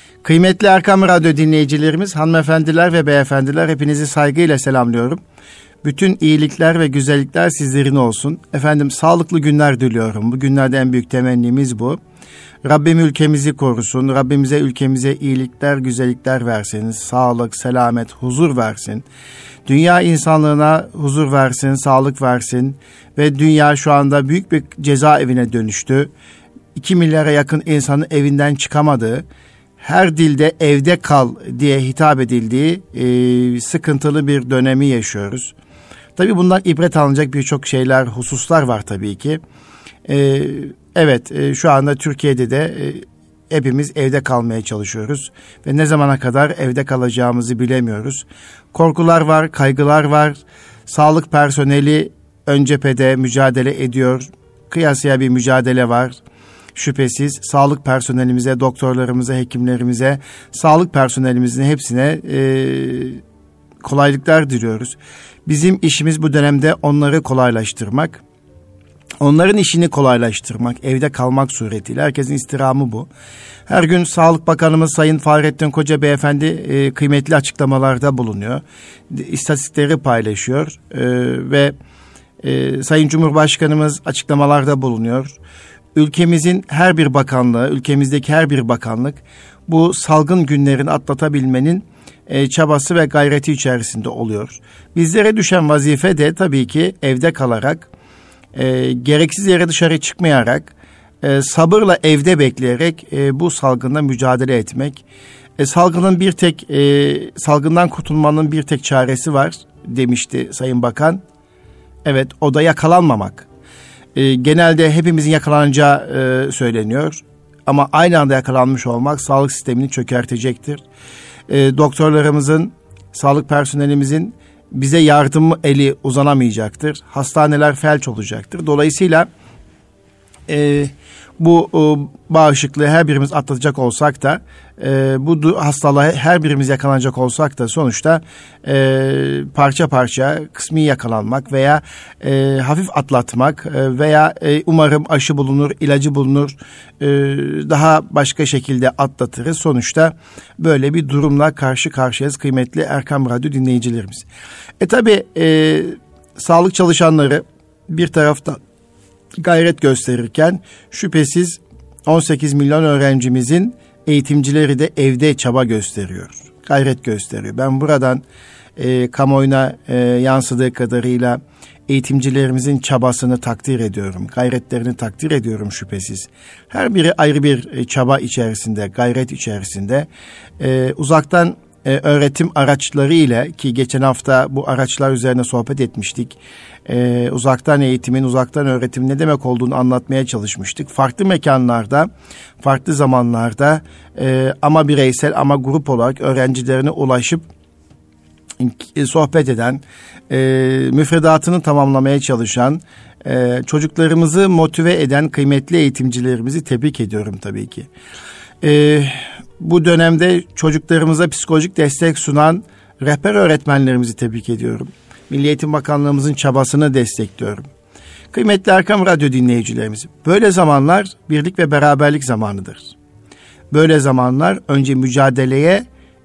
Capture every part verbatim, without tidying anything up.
Kıymetli Erkam Radyo dinleyicilerimiz, hanımefendiler ve beyefendiler, hepinizi saygıyla selamlıyorum. Bütün iyilikler ve güzellikler sizlerin olsun. Efendim, sağlıklı günler diliyorum. Bu günlerde en büyük temennimiz bu. Rabbim ülkemizi korusun. Rabbimize, ülkemize iyilikler, güzellikler versin. Sağlık, selamet, huzur versin. Dünya insanlığına huzur versin, sağlık versin. Ve dünya şu anda büyük bir cezaevine dönüştü. İki milyara yakın insanın evinden çıkamadığı, her dilde evde kal diye hitap edildiği e, sıkıntılı bir dönemi yaşıyoruz. Tabii bundan ibret alınacak birçok şeyler, hususlar var tabii ki. E, evet, e, şu anda Türkiye'de de e, hepimiz evde kalmaya çalışıyoruz. Ve ne zamana kadar evde kalacağımızı bilemiyoruz. Korkular var, kaygılar var. Sağlık personeli ön cephede mücadele ediyor. Kıyasıya bir mücadele var. Şüphesiz sağlık personelimize, doktorlarımıza, hekimlerimize, sağlık personelimizin hepsine e, kolaylıklar diliyoruz. Bizim işimiz bu dönemde onları kolaylaştırmak, onların işini kolaylaştırmak, evde kalmak suretiyle. Herkesin istirhamı bu. Her gün Sağlık Bakanımız Sayın Fahrettin Koca Beyefendi e, kıymetli açıklamalarda bulunuyor. İstatistikleri paylaşıyor e, ve e, Sayın Cumhurbaşkanımız açıklamalarda bulunuyor. Ülkemizin her bir bakanlığı, ülkemizdeki her bir bakanlık bu salgın günlerini atlatabilmenin e, çabası ve gayreti içerisinde oluyor. Bizlere düşen vazife de tabii ki evde kalarak, e, gereksiz yere dışarı çıkmayarak, e, sabırla evde bekleyerek e, bu salgınla mücadele etmek. E, salgının bir tek, e, salgından kurtulmanın bir tek çaresi var demişti Sayın Bakan. Evet, o da yakalanmamak. E, genelde hepimizin yakalanacağı e, söyleniyor. Ama aynı anda yakalanmış olmak sağlık sistemini çökertecektir. E, doktorlarımızın, sağlık personelimizin bize yardım eli uzanamayacaktır. Hastaneler felç olacaktır. Dolayısıyla e, bu o, bağışıklığı her birimiz atlatacak olsak da, e, bu hastalığa her birimiz yakalanacak olsak da sonuçta e, parça parça kısmi yakalanmak veya e, hafif atlatmak e, veya e, umarım aşı bulunur, ilacı bulunur, e, daha başka şekilde atlatırız. Sonuçta böyle bir durumla karşı karşıyayız kıymetli Erkam Radyo dinleyicilerimiz. E tabi e, sağlık çalışanları bir tarafta gayret gösterirken şüphesiz on sekiz milyon öğrencimizin eğitimcileri de evde çaba gösteriyor, gayret gösteriyor. Ben buradan e, kamuoyuna e, yansıdığı kadarıyla eğitimcilerimizin çabasını takdir ediyorum, gayretlerini takdir ediyorum şüphesiz. Her biri ayrı bir çaba içerisinde, gayret içerisinde. E, uzaktan e, öğretim araçları ile, ki geçen hafta bu araçlar üzerine sohbet etmiştik. Ee, uzaktan eğitimin, uzaktan öğretimin ne demek olduğunu anlatmaya çalışmıştık. Farklı mekanlarda, farklı zamanlarda e, ama bireysel ama grup olarak öğrencilerine ulaşıp e, sohbet eden, e, müfredatını tamamlamaya çalışan, e, çocuklarımızı motive eden kıymetli eğitimcilerimizi tebrik ediyorum tabii ki. E, bu dönemde çocuklarımıza psikolojik destek sunan rehber öğretmenlerimizi tebrik ediyorum. Milli Eğitim Bakanlığımızın çabasını destekliyorum. Kıymetli Erkam Radyo dinleyicilerimiz, böyle zamanlar birlik ve beraberlik zamanıdır. Böyle zamanlar önce mücadeleye,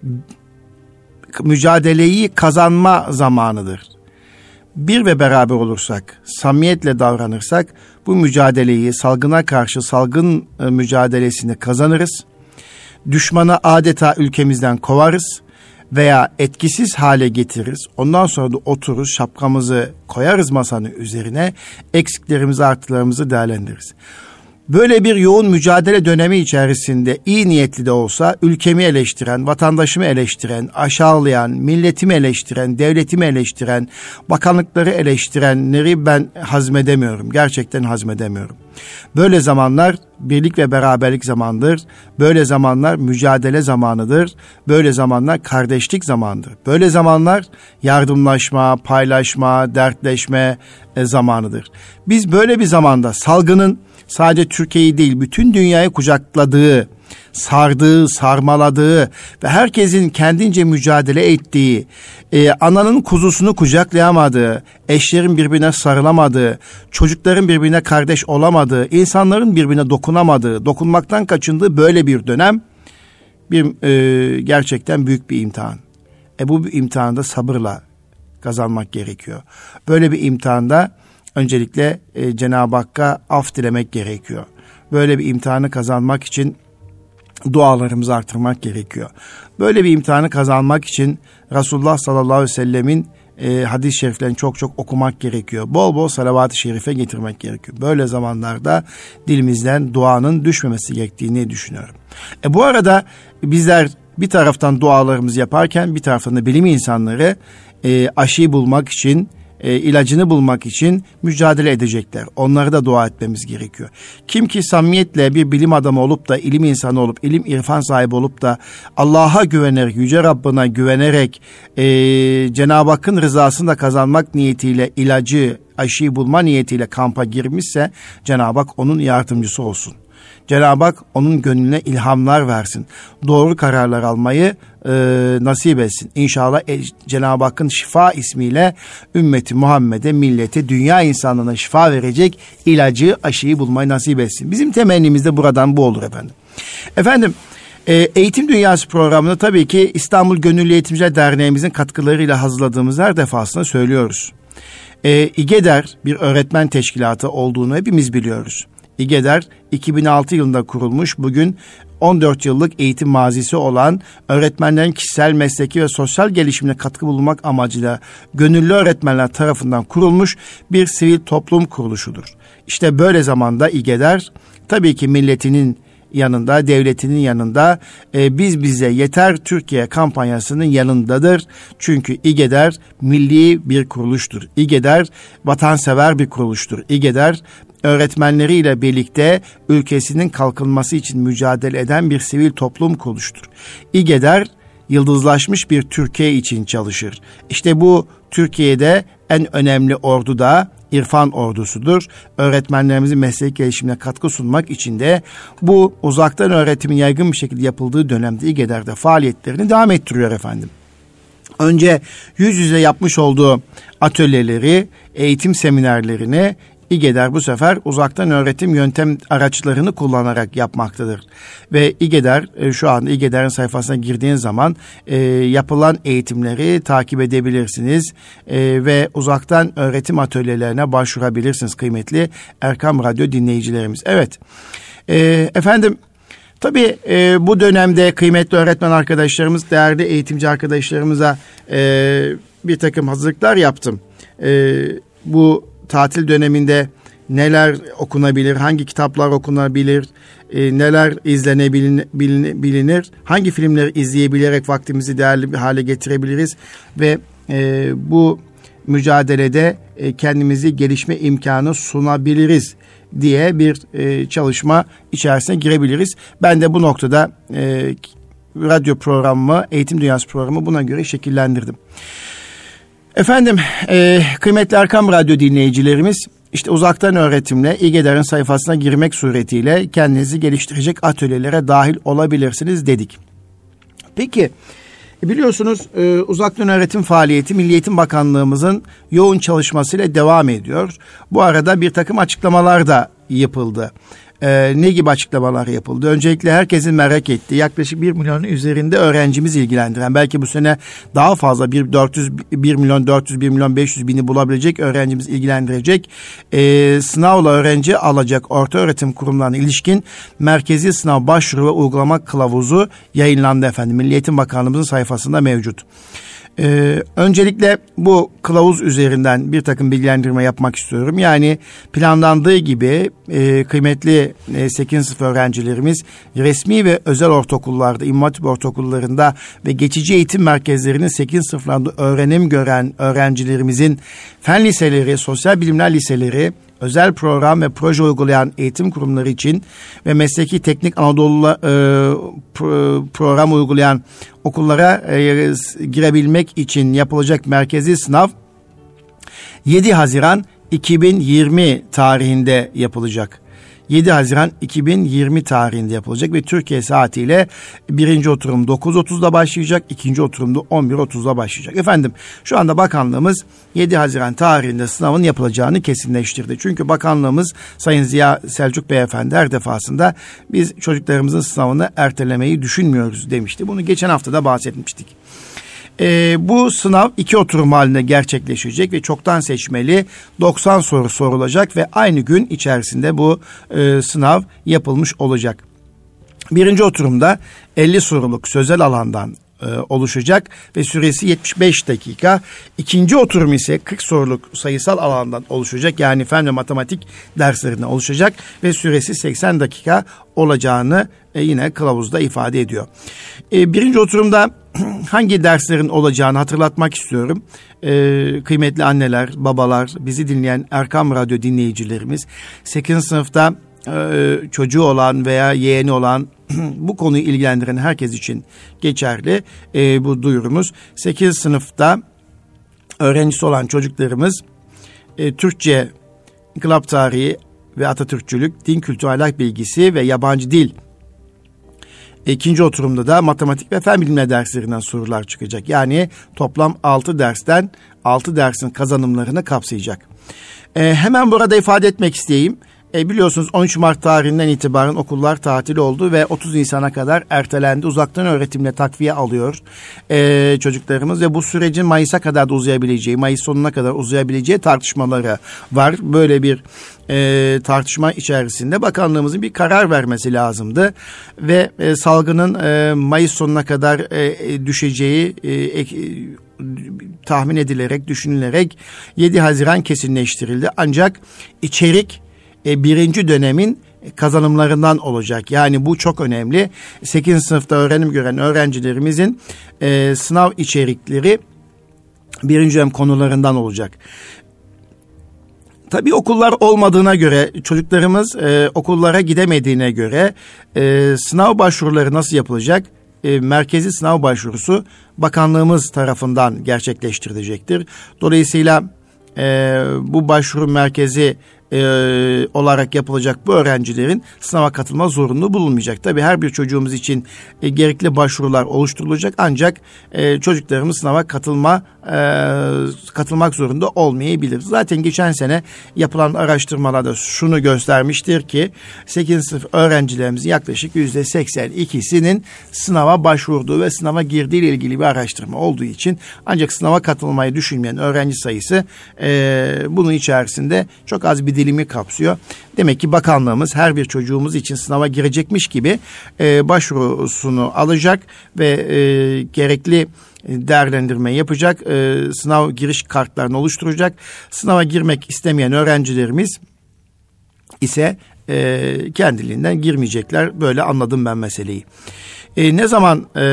mücadeleyi kazanma zamanıdır. Bir ve beraber olursak, samimiyetle davranırsak bu mücadeleyi, salgına karşı salgın mücadelesini kazanırız. Düşmanı adeta ülkemizden kovarız veya etkisiz hale getiririz. Ondan sonra da otururuz, şapkamızı koyarız masanın üzerine, eksiklerimizi, artılarımızı değerlendiririz. Böyle bir yoğun mücadele dönemi içerisinde iyi niyetli de olsa ülkemi eleştiren, vatandaşımı eleştiren, aşağılayan, milletimi eleştiren, devletimi eleştiren, bakanlıkları eleştirenleri ben hazmedemiyorum. Gerçekten hazmedemiyorum. Böyle zamanlar birlik ve beraberlik zamanıdır. Böyle zamanlar mücadele zamanıdır. Böyle zamanlar kardeşlik zamanıdır. Böyle zamanlar yardımlaşma, paylaşma, dertleşme zamanıdır. Biz böyle bir zamanda salgının sadece Türkiye'yi değil bütün dünyayı kucakladığı, sardığı, sarmaladığı ve herkesin kendince mücadele ettiği, e, ananın kuzusunu kucaklayamadığı, eşlerin birbirine sarılamadığı, çocukların birbirine kardeş olamadığı, insanların birbirine dokunamadığı, dokunmaktan kaçındığı böyle bir dönem bir e, gerçekten büyük bir imtihan. E bu bir imtihanda sabırla kazanmak gerekiyor. Böyle bir imtihanda öncelikle e, Cenab-ı Hakk'a af dilemek gerekiyor. Böyle bir imtihanı kazanmak için dualarımızı artırmak gerekiyor. Böyle bir imtihanı kazanmak için Resulullah sallallahu aleyhi ve sellemin e, hadis-i şeriflerini çok çok okumak gerekiyor. Bol bol salavat-ı şerife getirmek gerekiyor. Böyle zamanlarda dilimizden duanın düşmemesi gerektiğini düşünüyorum. E bu arada bizler bir taraftan dualarımızı yaparken bir taraftan da bilim insanları e, aşıyı bulmak için, E, ilacını bulmak için mücadele edecekler. Onlara da dua etmemiz gerekiyor. Kim ki samimiyetle bir bilim adamı olup da ilim insanı olup, ilim irfan sahibi olup da Allah'a güvenerek, Yüce Rabbına güvenerek e, Cenab-ı Hakk'ın rızasını da kazanmak niyetiyle ilacı, aşıyı bulma niyetiyle kampa girmişse Cenab-ı Hak onun yardımcısı olsun. Cenab-ı Hak onun gönlüne ilhamlar versin. Doğru kararlar almayı e, nasip etsin. İnşallah e, Cenab-ı Hakk'ın şifa ismiyle ümmeti Muhammed'e, millete, dünya insanlığına şifa verecek ilacı, aşıyı bulmayı nasip etsin. Bizim temennimiz de buradan bu olur efendim. Efendim, e, Eğitim Dünyası programını tabii ki İstanbul Gönüllü Eğitimciler Derneğimizin katkılarıyla hazırladığımız her defasında söylüyoruz. E, İGEDER bir öğretmen teşkilatı olduğunu hepimiz biliyoruz. İGEDER iki bin altı yılında kurulmuş, bugün on dört yıllık eğitim mazisi olan, öğretmenlerin kişisel, mesleki ve sosyal gelişimine katkı bulunmak amacıyla gönüllü öğretmenler tarafından kurulmuş bir sivil toplum kuruluşudur. İşte böyle zamanda İGEDER tabii ki milletinin yanında, devletinin yanında, e, biz bize yeter Türkiye kampanyasının yanındadır. Çünkü İGEDER milli bir kuruluştur. İGEDER vatansever bir kuruluştur. İGEDER öğretmenleriyle birlikte ülkesinin kalkınması için mücadele eden bir sivil toplum kuruluştur. İGEDER yıldızlaşmış bir Türkiye için çalışır. İşte bu Türkiye'de en önemli ordu da İrfan ordusudur. Öğretmenlerimizin meslek gelişimine katkı sunmak için de bu uzaktan öğretimin yaygın bir şekilde yapıldığı dönemde İGEDER'de faaliyetlerini devam ettiriyor efendim. Önce yüz yüze yapmış olduğu atölyeleri, eğitim seminerlerini İGEDER bu sefer uzaktan öğretim yöntem araçlarını kullanarak yapmaktadır. Ve İGEDER e, şu anda İGEDER'in sayfasına girdiğiniz zaman e, yapılan eğitimleri takip edebilirsiniz. E, ve uzaktan öğretim atölyelerine başvurabilirsiniz kıymetli Erkam Radyo dinleyicilerimiz. Evet e, efendim tabii e, bu dönemde kıymetli öğretmen arkadaşlarımız, değerli eğitimci arkadaşlarımıza e, bir takım hazırlıklar yaptım. E, bu tatil döneminde neler okunabilir, hangi kitaplar okunabilir, e, neler izlenebilir, hangi filmleri izleyebilerek vaktimizi değerli bir hale getirebiliriz ve e, bu mücadelede e, kendimizi gelişme imkanı sunabiliriz diye bir e, çalışma içerisine girebiliriz. Ben de bu noktada e, radyo programımı, Eğitim Dünyası programı buna göre şekillendirdim. Efendim, e, kıymetli Erkam Radyo dinleyicilerimiz, işte uzaktan öğretimle İGEDER'in sayfasına girmek suretiyle kendinizi geliştirecek atölyelere dahil olabilirsiniz dedik. Peki, biliyorsunuz e, uzaktan öğretim faaliyeti Milli Eğitim Bakanlığımızın yoğun çalışmasıyla devam ediyor. Bu arada bir takım açıklamalar da yapıldı. Ee, ne gibi açıklamalar yapıldı? Öncelikle herkesin merak ettiği yaklaşık bir milyonun üzerinde öğrencimiz ilgilendiren, belki bu sene daha fazla bir dört yüz bir milyon dört yüz bir milyon beş yüz bini bulabilecek öğrencimiz ilgilendirecek e, sınavla öğrenci alacak orta öğretim kurumlarına ilişkin merkezi sınav başvuru ve uygulama kılavuzu yayınlandı efendim. Milli Eğitim Bakanlığımızın sayfasında mevcut. Ee, öncelikle bu kılavuz üzerinden bir takım bilgilendirme yapmak istiyorum. Yani planlandığı gibi e, kıymetli e, sekizinci sınıf öğrencilerimiz resmi ve özel ortaokullarda, İmam Hatip ortaokullarında ve geçici eğitim merkezlerinin sekizinci sınıflarında öğrenim gören öğrencilerimizin fen liseleri, sosyal bilimler liseleri, özel program ve proje uygulayan eğitim kurumları için ve mesleki teknik Anadolu e, pro, program uygulayan okullara e, girebilmek için yapılacak merkezi sınav yedi Haziran iki bin yirmi tarihinde yapılacak. yedi Haziran iki bin yirmi tarihinde yapılacak ve Türkiye saatiyle birinci oturum dokuz otuzda başlayacak, ikinci oturumda on bir otuzda başlayacak. Efendim şu anda bakanlığımız yedi Haziran tarihinde sınavın yapılacağını kesinleştirdi. Çünkü bakanlığımız Sayın Ziya Selçuk Beyefendi her defasında biz çocuklarımızın sınavını ertelemeyi düşünmüyoruz demişti. Bunu geçen hafta da bahsetmiştik. Ee, bu sınav iki oturum halinde gerçekleşecek ve çoktan seçmeli doksan soru sorulacak ve aynı gün içerisinde bu e, sınav yapılmış olacak. Birinci oturumda elli soruluk sözel alandan e, oluşacak ve süresi yetmiş beş dakika. İkinci oturum ise kırk soruluk sayısal alandan oluşacak, yani fen ve matematik derslerinden oluşacak ve süresi seksen dakika olacağını e, yine kılavuzda ifade ediyor. E, birinci oturumda hangi derslerin olacağını hatırlatmak istiyorum. Ee, kıymetli anneler, babalar, bizi dinleyen Erkam Radyo dinleyicilerimiz, sekizinci sınıfta e, çocuğu olan veya yeğeni olan bu konuyu ilgilendiren herkes için geçerli e, bu duyurumuz. sekizinci sınıfta öğrencisi olan çocuklarımız e, Türkçe, inkılap tarihi ve Atatürkçülük, din kültürü, ahlak bilgisi ve yabancı dil. İkinci oturumda da matematik ve fen bilimleri derslerinden sorular çıkacak. Yani toplam altı dersten altı dersin kazanımlarını kapsayacak. Ee, hemen burada ifade etmek isteyeyim. E, biliyorsunuz on üç Mart tarihinden itibaren okullar tatil oldu ve otuz Nisan'a kadar ertelendi. Uzaktan öğretimle takviye alıyor e, çocuklarımız ve bu sürecin Mayıs'a kadar da uzayabileceği, Mayıs sonuna kadar uzayabileceği tartışmaları var. Böyle bir e, tartışma içerisinde bakanlığımızın bir karar vermesi lazımdı ve e, salgının e, Mayıs sonuna kadar e, düşeceği e, e, tahmin edilerek, düşünülerek yedi Haziran kesinleştirildi. Ancak içerik birinci dönemin kazanımlarından olacak. Yani bu çok önemli. sekizinci sınıfta öğrenim gören öğrencilerimizin e, sınav içerikleri birinci dönem konularından olacak. Tabii okullar olmadığına göre, çocuklarımız e, okullara gidemediğine göre e, sınav başvuruları nasıl yapılacak? E, merkezi sınav başvurusu bakanlığımız tarafından gerçekleştirilecektir. Dolayısıyla e, bu başvuru merkezi E, olarak yapılacak bu öğrencilerin sınava katılma zorunluluğu bulunmayacak. Tabii her bir çocuğumuz için e, gerekli başvurular oluşturulacak, ancak e, çocuklarımız sınava katılma e, katılmak zorunda olmayabilir. Zaten geçen sene yapılan araştırmalarda şunu göstermiştir ki sekizinci sınıf öğrencilerimizin yaklaşık yüzde seksen ikisinin sınava başvurduğu ve sınava girdiği ile ilgili bir araştırma olduğu için, ancak sınava katılmayı düşünmeyen öğrenci sayısı e, bunun içerisinde çok az bir dilimi kapsıyor. Demek ki bakanlığımız her bir çocuğumuz için sınava girecekmiş gibi e, başvurusunu alacak ve e, gerekli değerlendirme yapacak. E, sınav giriş kartlarını oluşturacak. Sınava girmek istemeyen öğrencilerimiz ise e, kendiliğinden girmeyecekler. Böyle anladım ben meseleyi. E, ne zaman e,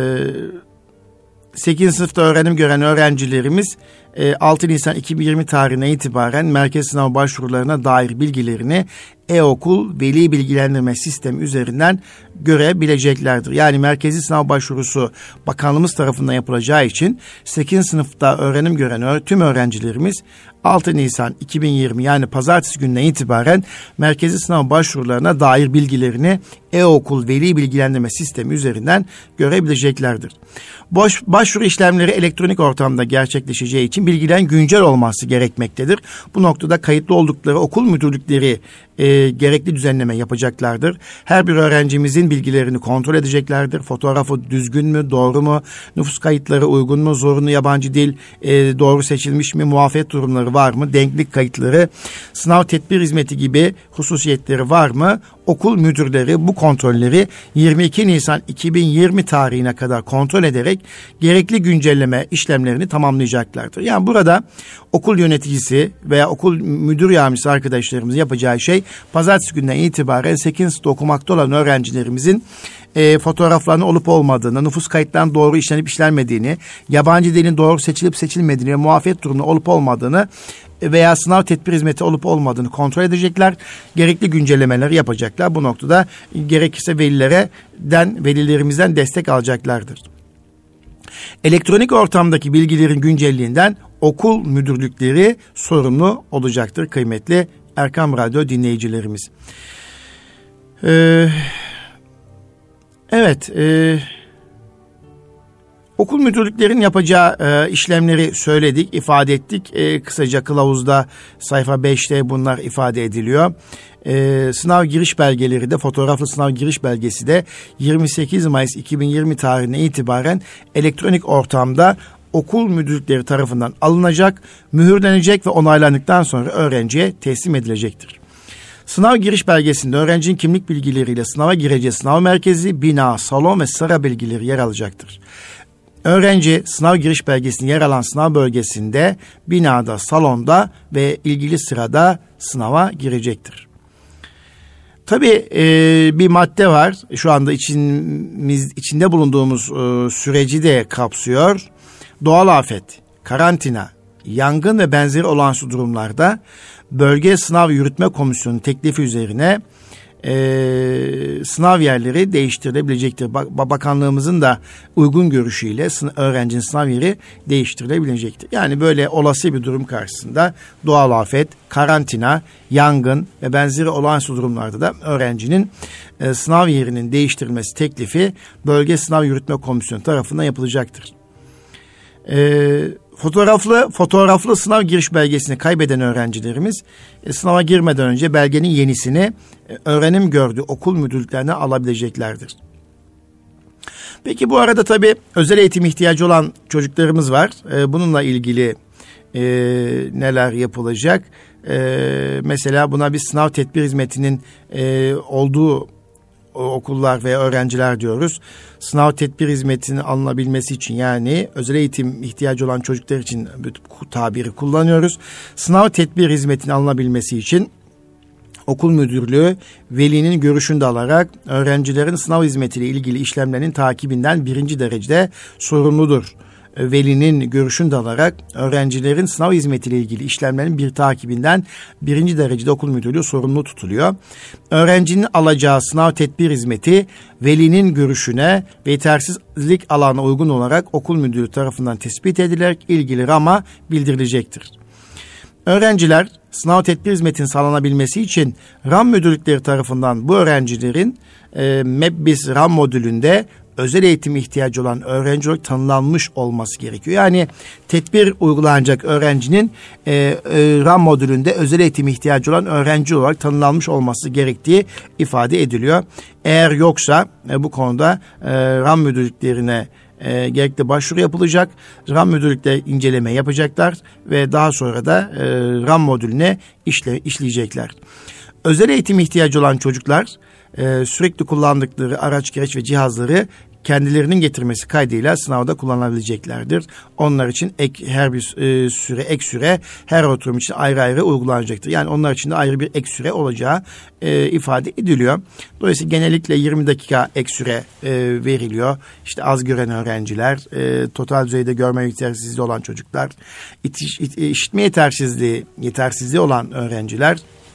sekizinci sınıfta öğrenim gören öğrencilerimiz altı Nisan iki bin yirmi tarihine itibaren merkez sınav başvurularına dair bilgilerini e-okul veli bilgilendirme sistemi üzerinden görebileceklerdir. Yani merkezi sınav başvurusu bakanlığımız tarafından yapılacağı için sekizinci sınıfta öğrenim gören tüm öğrencilerimiz altı Nisan iki bin yirmi yani pazartesi gününden itibaren merkezi sınav başvurularına dair bilgilerini e-okul veli bilgilendirme sistemi üzerinden görebileceklerdir. Boş, başvuru işlemleri elektronik ortamda gerçekleşeceği için bilgilerin güncel olması gerekmektedir. Bu noktada kayıtlı oldukları okul müdürlükleri e, gerekli düzenleme yapacaklardır. Her bir öğrencimizin bilgilerini kontrol edeceklerdir. Fotoğrafı düzgün mü, doğru mu, nüfus kayıtları uygun mu, zorunlu yabancı dil e, doğru seçilmiş mi, muafiyet durumları var mı, denklik kayıtları, sınav tedbir hizmeti gibi hususiyetleri var mı? Okul müdürleri bu kontrolleri yirmi iki Nisan iki bin yirmi tarihine kadar kontrol ederek gerekli güncelleme işlemlerini tamamlayacaklardır. Yani burada okul yöneticisi veya okul müdür yardımcısı arkadaşlarımız yapacağı şey pazartesi günden itibaren sekizinci sınıfta okumakta olan öğrencilerimizin E, fotoğraflarının olup olmadığını, nüfus kayıtlarının doğru işlenip işlenmediğini, yabancı dilin doğru seçilip seçilmediğini ve muafiyet durumunda olup olmadığını veya sınav tedbir hizmeti olup olmadığını kontrol edecekler. Gerekli güncellemeleri yapacaklar. Bu noktada gerekirse velilerden, velilerimizden destek alacaklardır. Elektronik ortamdaki bilgilerin güncelliğinden okul müdürlükleri sorumlu olacaktır kıymetli Erkam Radyo dinleyicilerimiz. Ee, evet, e, okul müdürlüklerin yapacağı e, işlemleri söyledik, ifade ettik. E, kısaca kılavuzda sayfa beşte bunlar ifade ediliyor. E, sınav giriş belgeleri de, fotoğraflı sınav giriş belgesi de yirmi sekiz Mayıs iki bin yirmi tarihine itibaren elektronik ortamda okul müdürlükleri tarafından alınacak, mühürlenecek ve onaylandıktan sonra öğrenciye teslim edilecektir. Sınav giriş belgesinde öğrencinin kimlik bilgileriyle sınava gireceği sınav merkezi, bina, salon ve sıra bilgileri yer alacaktır. Öğrenci sınav giriş belgesinin yer alan sınav bölgesinde, binada, salonda ve ilgili sırada sınava girecektir. Tabii e, bir madde var. Şu anda içimiz, içinde bulunduğumuz e, süreci de kapsıyor. Doğal afet, karantina, yangın ve benzeri olağanüstü durumlarda Bölge Sınav Yürütme Komisyonu teklifi üzerine e, sınav yerleri değiştirilebilecektir. Bakanlığımızın da uygun görüşüyle öğrencinin sınav yeri değiştirilebilecektir. Yani böyle olası bir durum karşısında doğal afet, karantina, yangın ve benzeri olağanüstü durumlarda da öğrencinin e, sınav yerinin değiştirilmesi teklifi Bölge Sınav Yürütme Komisyonu tarafından yapılacaktır. E, Fotoğraflı fotoğraflı sınav giriş belgesini kaybeden öğrencilerimiz e, sınava girmeden önce belgenin yenisini e, öğrenim gördüğü okul müdürlüklerine alabileceklerdir. Peki bu arada tabii özel eğitim ihtiyacı olan çocuklarımız var. E, bununla ilgili e, neler yapılacak? E, mesela buna bir sınav tedbir hizmetinin e, olduğu okullar veya öğrenciler diyoruz. Sınav tedbir hizmetinin alınabilmesi için, yani özel eğitim ihtiyacı olan çocuklar için bu tabiri kullanıyoruz. Sınav tedbir hizmetinin alınabilmesi için okul müdürlüğü velinin görüşünü de alarak öğrencilerin sınav hizmetiyle ilgili işlemlerin takibinden birinci derecede sorumludur. Velinin görüşünü de alarak öğrencilerin sınav hizmetiyle ilgili işlemlerin bir takibinden birinci derecede okul müdürlüğü sorumlu tutuluyor. Öğrencinin alacağı sınav tedbir hizmeti velinin görüşüne ve yetersizlik alanına uygun olarak okul müdürlüğü tarafından tespit edilerek ilgili rama bildirilecektir. Öğrenciler sınav tedbir hizmetinin sağlanabilmesi için RAM müdürlükleri tarafından bu öğrencilerin e, MEBBİS RAM modülünde özel eğitim ihtiyacı olan öğrenci olarak tanımlanmış olması gerekiyor. Yani tedbir uygulanacak öğrencinin e, e, RAM modülünde özel eğitim ihtiyacı olan öğrenci olarak tanımlanmış olması gerektiği ifade ediliyor. Eğer yoksa e, bu konuda e, RAM müdürlüklerine e, gerekli başvuru yapılacak. RAM müdürlükleri inceleme yapacaklar ve daha sonra da e, RAM modülüne işle, işleyecekler. Özel eğitim ihtiyacı olan çocuklar e, sürekli kullandıkları araç, gereç ve cihazları kendilerinin getirmesi kaydıyla sınavda kullanabileceklerdir. Onlar için ek, her bir e, süre, ek süre her oturum için ayrı ayrı uygulanacaktır. Yani onlar için de ayrı bir ek süre olacağı e, ifade ediliyor. Dolayısıyla genellikle yirmi dakika ek süre e, veriliyor. İşte az gören öğrenciler, e, total düzeyde görme yetersizliği olan çocuklar, itiş, it, işitme yetersizliği, yetersizliği olan öğrenciler,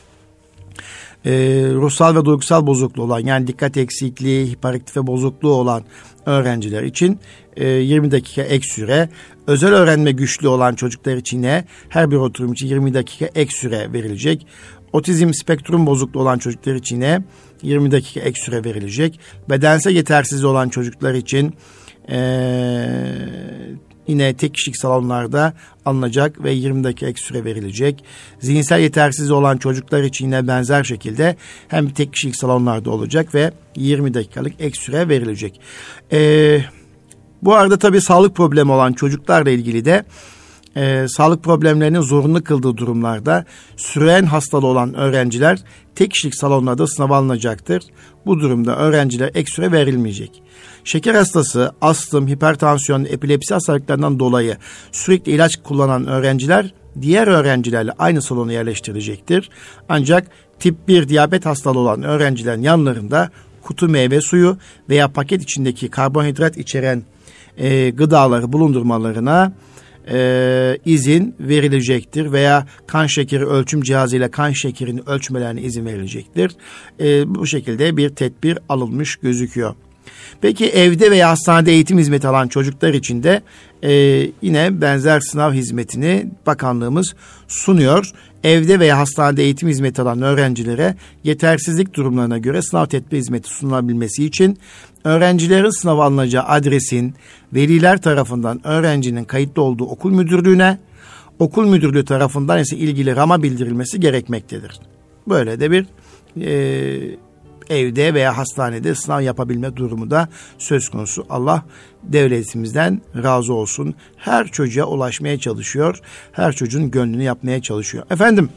Ee, ruhsal ve duygusal bozukluğu olan, yani dikkat eksikliği, hiperaktife bozukluğu olan öğrenciler için e, yirmi dakika ek süre, özel öğrenme güçlüğü olan çocuklar için de her bir oturum için yirmi dakika ek süre verilecek. Otizm spektrum bozukluğu olan çocuklar için de yirmi dakika ek süre verilecek. Bedensel yetersizliği olan çocuklar için Ee, yine tek kişilik salonlarda alınacak ve yirmi dakika ek süre verilecek. Zihinsel yetersizliği olan çocuklar için yine benzer şekilde hem tek kişilik salonlarda olacak ve yirmi dakikalık ek süre verilecek. Ee, bu arada tabii sağlık problemi olan çocuklarla ilgili de e, sağlık problemlerinin zorunlu kıldığı durumlarda süren hastalığı olan öğrenciler tek kişilik salonlarda sınava alınacaktır. Bu durumda öğrenciler ek süre verilmeyecek. Şeker hastası, astım, hipertansiyon, epilepsi hastalıklarından dolayı sürekli ilaç kullanan öğrenciler diğer öğrencilerle aynı salona yerleştirilecektir. Ancak tip bir diyabet hastalığı olan öğrencilerin yanlarında kutu meyve suyu veya paket içindeki karbonhidrat içeren e, gıdaları bulundurmalarına e, izin verilecektir veya kan şekeri ölçüm cihazıyla kan şekerini ölçmelerine izin verilecektir. E, bu şekilde bir tedbir alınmış gözüküyor. Peki evde veya hastanede eğitim hizmeti alan çocuklar için de e, yine benzer sınav hizmetini bakanlığımız sunuyor. Evde veya hastanede eğitim hizmeti alan öğrencilere yetersizlik durumlarına göre sınav tedbir hizmeti sunulabilmesi için öğrencilerin sınava alınacağı adresin veliler tarafından öğrencinin kayıtlı olduğu okul müdürlüğüne, okul müdürlüğü tarafından ise ilgili rama bildirilmesi gerekmektedir. Böyle de bir e, evde veya hastanede sınav yapabilme durumu da söz konusu. Allah devletimizden razı olsun. Her çocuğa ulaşmaya çalışıyor. Her çocuğun gönlünü yapmaya çalışıyor. Efendim,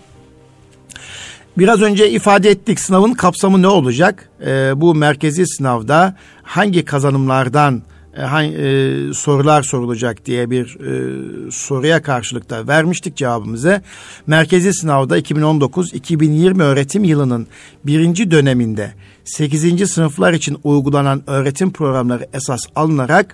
biraz önce ifade ettik, sınavın kapsamı ne olacak? Ee, bu merkezi sınavda hangi kazanımlardan e, hangi, e, sorular sorulacak diye bir e, soruya karşılık da vermiştik cevabımızı. Merkezi sınavda iki bin on dokuz iki bin yirmi öğretim yılının birinci döneminde sekizinci sınıflar için uygulanan öğretim programları esas alınarak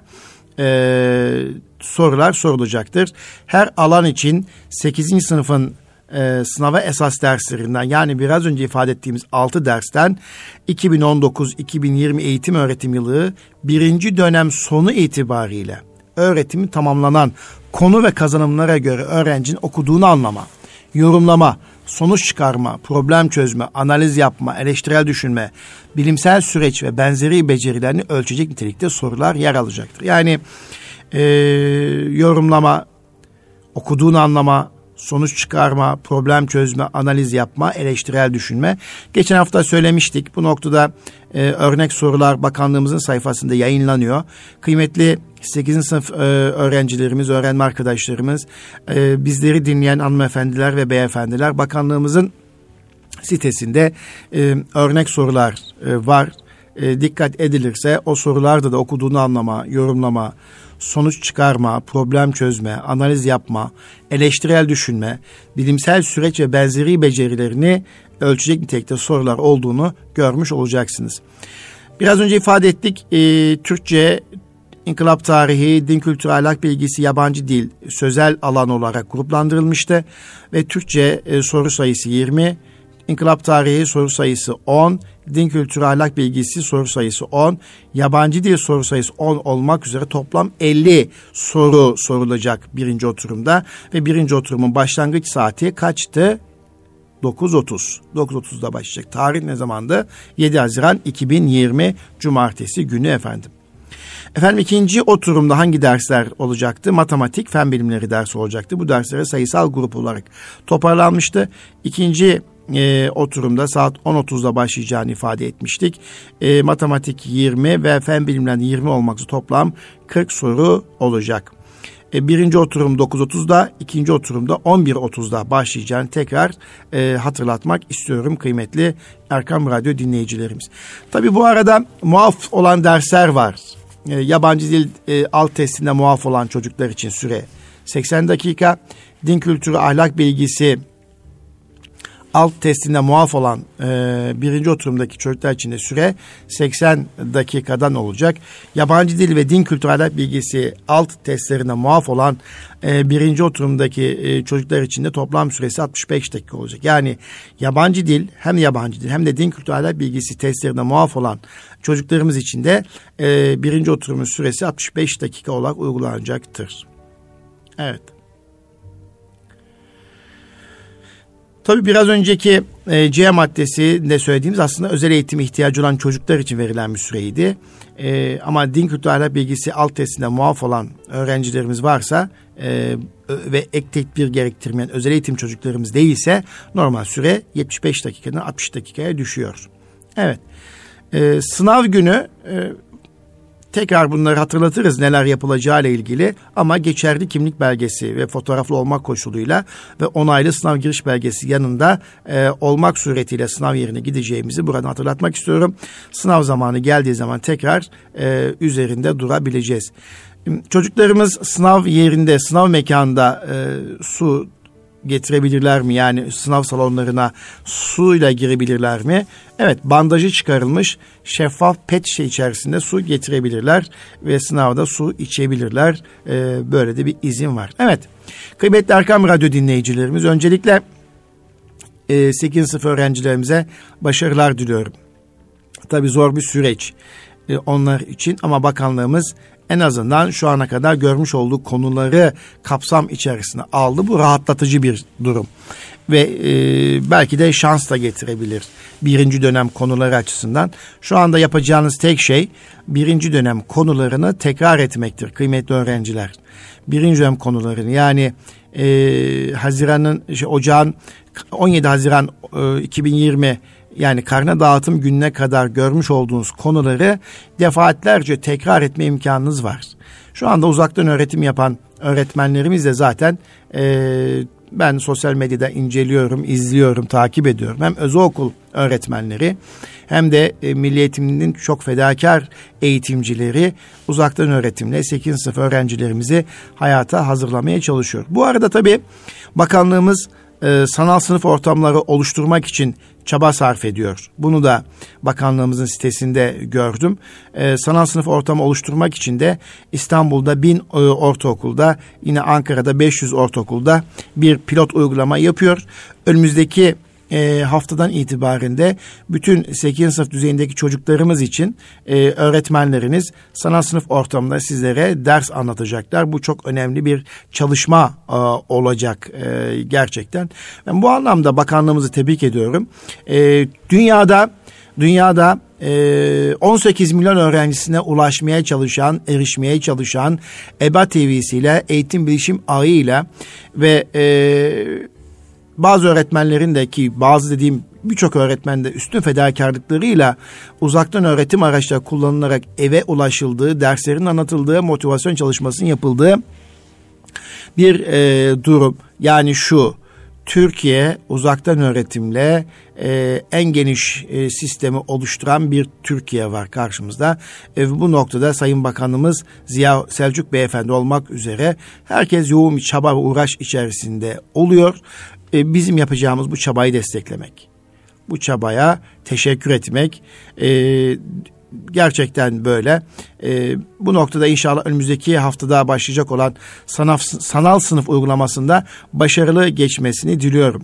e, sorular sorulacaktır. Her alan için sekizinci sınıfın e, sınava esas derslerinden, yani biraz önce ifade ettiğimiz altı dersten iki bin on dokuz iki bin yirmi eğitim öğretim yılı birinci dönem sonu itibariyle öğretimi tamamlanan konu ve kazanımlara göre öğrencinin okuduğunu anlama, yorumlama, sonuç çıkarma, problem çözme, analiz yapma, eleştirel düşünme, bilimsel süreç ve benzeri becerilerini ölçecek nitelikte sorular yer alacaktır. Yani e, yorumlama, okuduğunu anlama, sonuç çıkarma, problem çözme, analiz yapma, eleştirel düşünme. Geçen hafta söylemiştik. Bu noktada e, örnek sorular bakanlığımızın sayfasında yayınlanıyor. Kıymetli sekizinci sınıf e, öğrencilerimiz, öğrenme arkadaşlarımız, e, bizleri dinleyen hanımefendiler ve beyefendiler, bakanlığımızın sitesinde e, örnek sorular e, var. E, dikkat edilirse o sorularda da okuduğunu anlama, yorumlama, sonuç çıkarma, problem çözme, analiz yapma, eleştirel düşünme, bilimsel süreç ve benzeri becerilerini ölçecek nitelikte sorular olduğunu görmüş olacaksınız. Biraz önce ifade ettik, e, Türkçe, İnkılap tarihi, din kültürü, ahlak bilgisi, yabancı dil sözel alan olarak gruplandırılmıştı ve Türkçe e, soru sayısı yirmi, İnkılap tarihi soru sayısı on, din kültürü, ahlak bilgisi soru sayısı on, yabancı dil soru sayısı on olmak üzere toplam elli soru sorulacak birinci oturumda ve birinci oturumun başlangıç saati kaçtı? dokuz otuz. dokuz otuzda başlayacak. Tarih ne zamandı? yedi Haziran iki bin yirmi Cumartesi günü efendim. Efendim, ikinci oturumda hangi dersler olacaktı? Matematik, fen bilimleri dersi olacaktı. Bu derslere sayısal grup olarak toparlanmıştı. İkinci e, oturumda saat on otuzda başlayacağını ifade etmiştik. E, matematik yirmi ve fen bilimleri yirmi olmak üzere toplam kırk soru olacak. E, birinci oturum dokuz otuzda, ikinci oturumda on bir otuzda başlayacağını tekrar e, hatırlatmak istiyorum kıymetli Erkam Radyo dinleyicilerimiz. Tabii bu arada muaf olan dersler var. E, yabancı dil e, alt testinde muaf olan çocuklar için süre seksen dakika. Din kültürü, ahlak bilgisi alt testinde muaf olan e, birinci oturumdaki çocuklar için de süre seksen dakikadan olacak. Yabancı dil ve din kültürü, ahlak bilgisi alt testlerinde muaf olan e, birinci oturumdaki e, çocuklar için de toplam süresi altmış beş dakika olacak. Yani yabancı dil, hem yabancı dil hem de din kültürü, ahlak bilgisi testlerinde muaf olan çocuklarımız için de e, birinci oturumun süresi altmış beş dakika olarak uygulanacaktır. Evet. Tabii biraz önceki e, C maddesinde söylediğimiz aslında özel eğitime ihtiyacı olan çocuklar için verilen bir süreydi. E, ama din kültürü, ahlak bilgisi alt testinde muaf olan öğrencilerimiz varsa e, ve ek tedbir gerektirmeyen özel eğitim çocuklarımız değilse normal süre yetmiş beş dakikadan altmış dakikaya düşüyor. Evet. E, sınav günü e, tekrar bunları hatırlatırız neler yapılacağı ile ilgili, ama geçerli kimlik belgesi ve fotoğraflı olmak koşuluyla ve onaylı sınav giriş belgesi yanında e, olmak suretiyle sınav yerine gideceğimizi buradan hatırlatmak istiyorum. Sınav zamanı geldiği zaman tekrar e, üzerinde durabileceğiz. Çocuklarımız sınav yerinde, sınav mekanında e, su getirebilirler mi? Yani sınav salonlarına suyla girebilirler mi? Evet, bandajı çıkarılmış şeffaf pet şişe içerisinde su getirebilirler ve sınavda su içebilirler. Ee, böyle de bir izin var. Evet, kıymetli Erkam Radyo dinleyicilerimiz, öncelikle e, sekizinci sınıf öğrencilerimize başarılar diliyorum. Tabii zor bir süreç. e, onlar için ama bakanlığımız en azından şu ana kadar görmüş olduğu konuları kapsam içerisine aldı. Bu rahatlatıcı bir durum ve e, belki de şans da getirebilir birinci dönem konuları açısından. Şu anda yapacağınız tek şey birinci dönem konularını tekrar etmektir kıymetli öğrenciler. Birinci dönem konularını yani e, Haziran'ın şey, Ocağın on yedi Haziran e, iki bin yirmi yani karne dağıtım gününe kadar görmüş olduğunuz konuları defaatlerce tekrar etme imkanınız var. Şu anda uzaktan öğretim yapan öğretmenlerimiz de zaten e, ben sosyal medyada inceliyorum, izliyorum, takip ediyorum. Hem özel okul öğretmenleri hem de e, Milli Eğitim'in çok fedakar eğitimcileri uzaktan öğretimle sekizinci sınıf öğrencilerimizi hayata hazırlamaya çalışıyor. Bu arada tabii bakanlığımız e, sanal sınıf ortamları oluşturmak için çaba sarf ediyor. Bunu da bakanlığımızın sitesinde gördüm. Ee, sanal sınıf ortamı oluşturmak için de İstanbul'da bin e, ortaokulda, yine Ankara'da beş yüz ortaokulda bir pilot uygulama yapıyor. Önümüzdeki e, haftadan itibaren de bütün sekizinci sınıf düzeyindeki çocuklarımız için e, öğretmenleriniz sanal sınıf ortamında sizlere ders anlatacaklar. Bu çok önemli bir çalışma e, olacak e, gerçekten. Ben bu anlamda bakanlığımızı tebrik ediyorum. E, dünyada Dünyada e, on sekiz milyon öğrencisine ulaşmaya çalışan, erişmeye çalışan E B A T V'siyle, eğitim bilişim ağıyla ve e, bazı öğretmenlerin de ki bazı dediğim birçok öğretmen de üstün fedakarlıklarıyla uzaktan öğretim araçları kullanılarak eve ulaşıldığı, derslerin anlatıldığı, motivasyon çalışmasının yapıldığı bir e, durum. Yani şu, Türkiye uzaktan öğretimle e, en geniş e, sistemi oluşturan bir Türkiye var karşımızda. E, bu noktada Sayın Bakanımız Ziya Selçuk Beyefendi olmak üzere herkes yoğun bir çaba ve uğraş içerisinde oluyor. E, bizim yapacağımız bu çabayı desteklemek. Bu çabaya teşekkür etmek. E, Gerçekten böyle. Ee, bu noktada inşallah önümüzdeki haftada başlayacak olan sanal, sanal sınıf uygulamasında başarılı geçmesini diliyorum.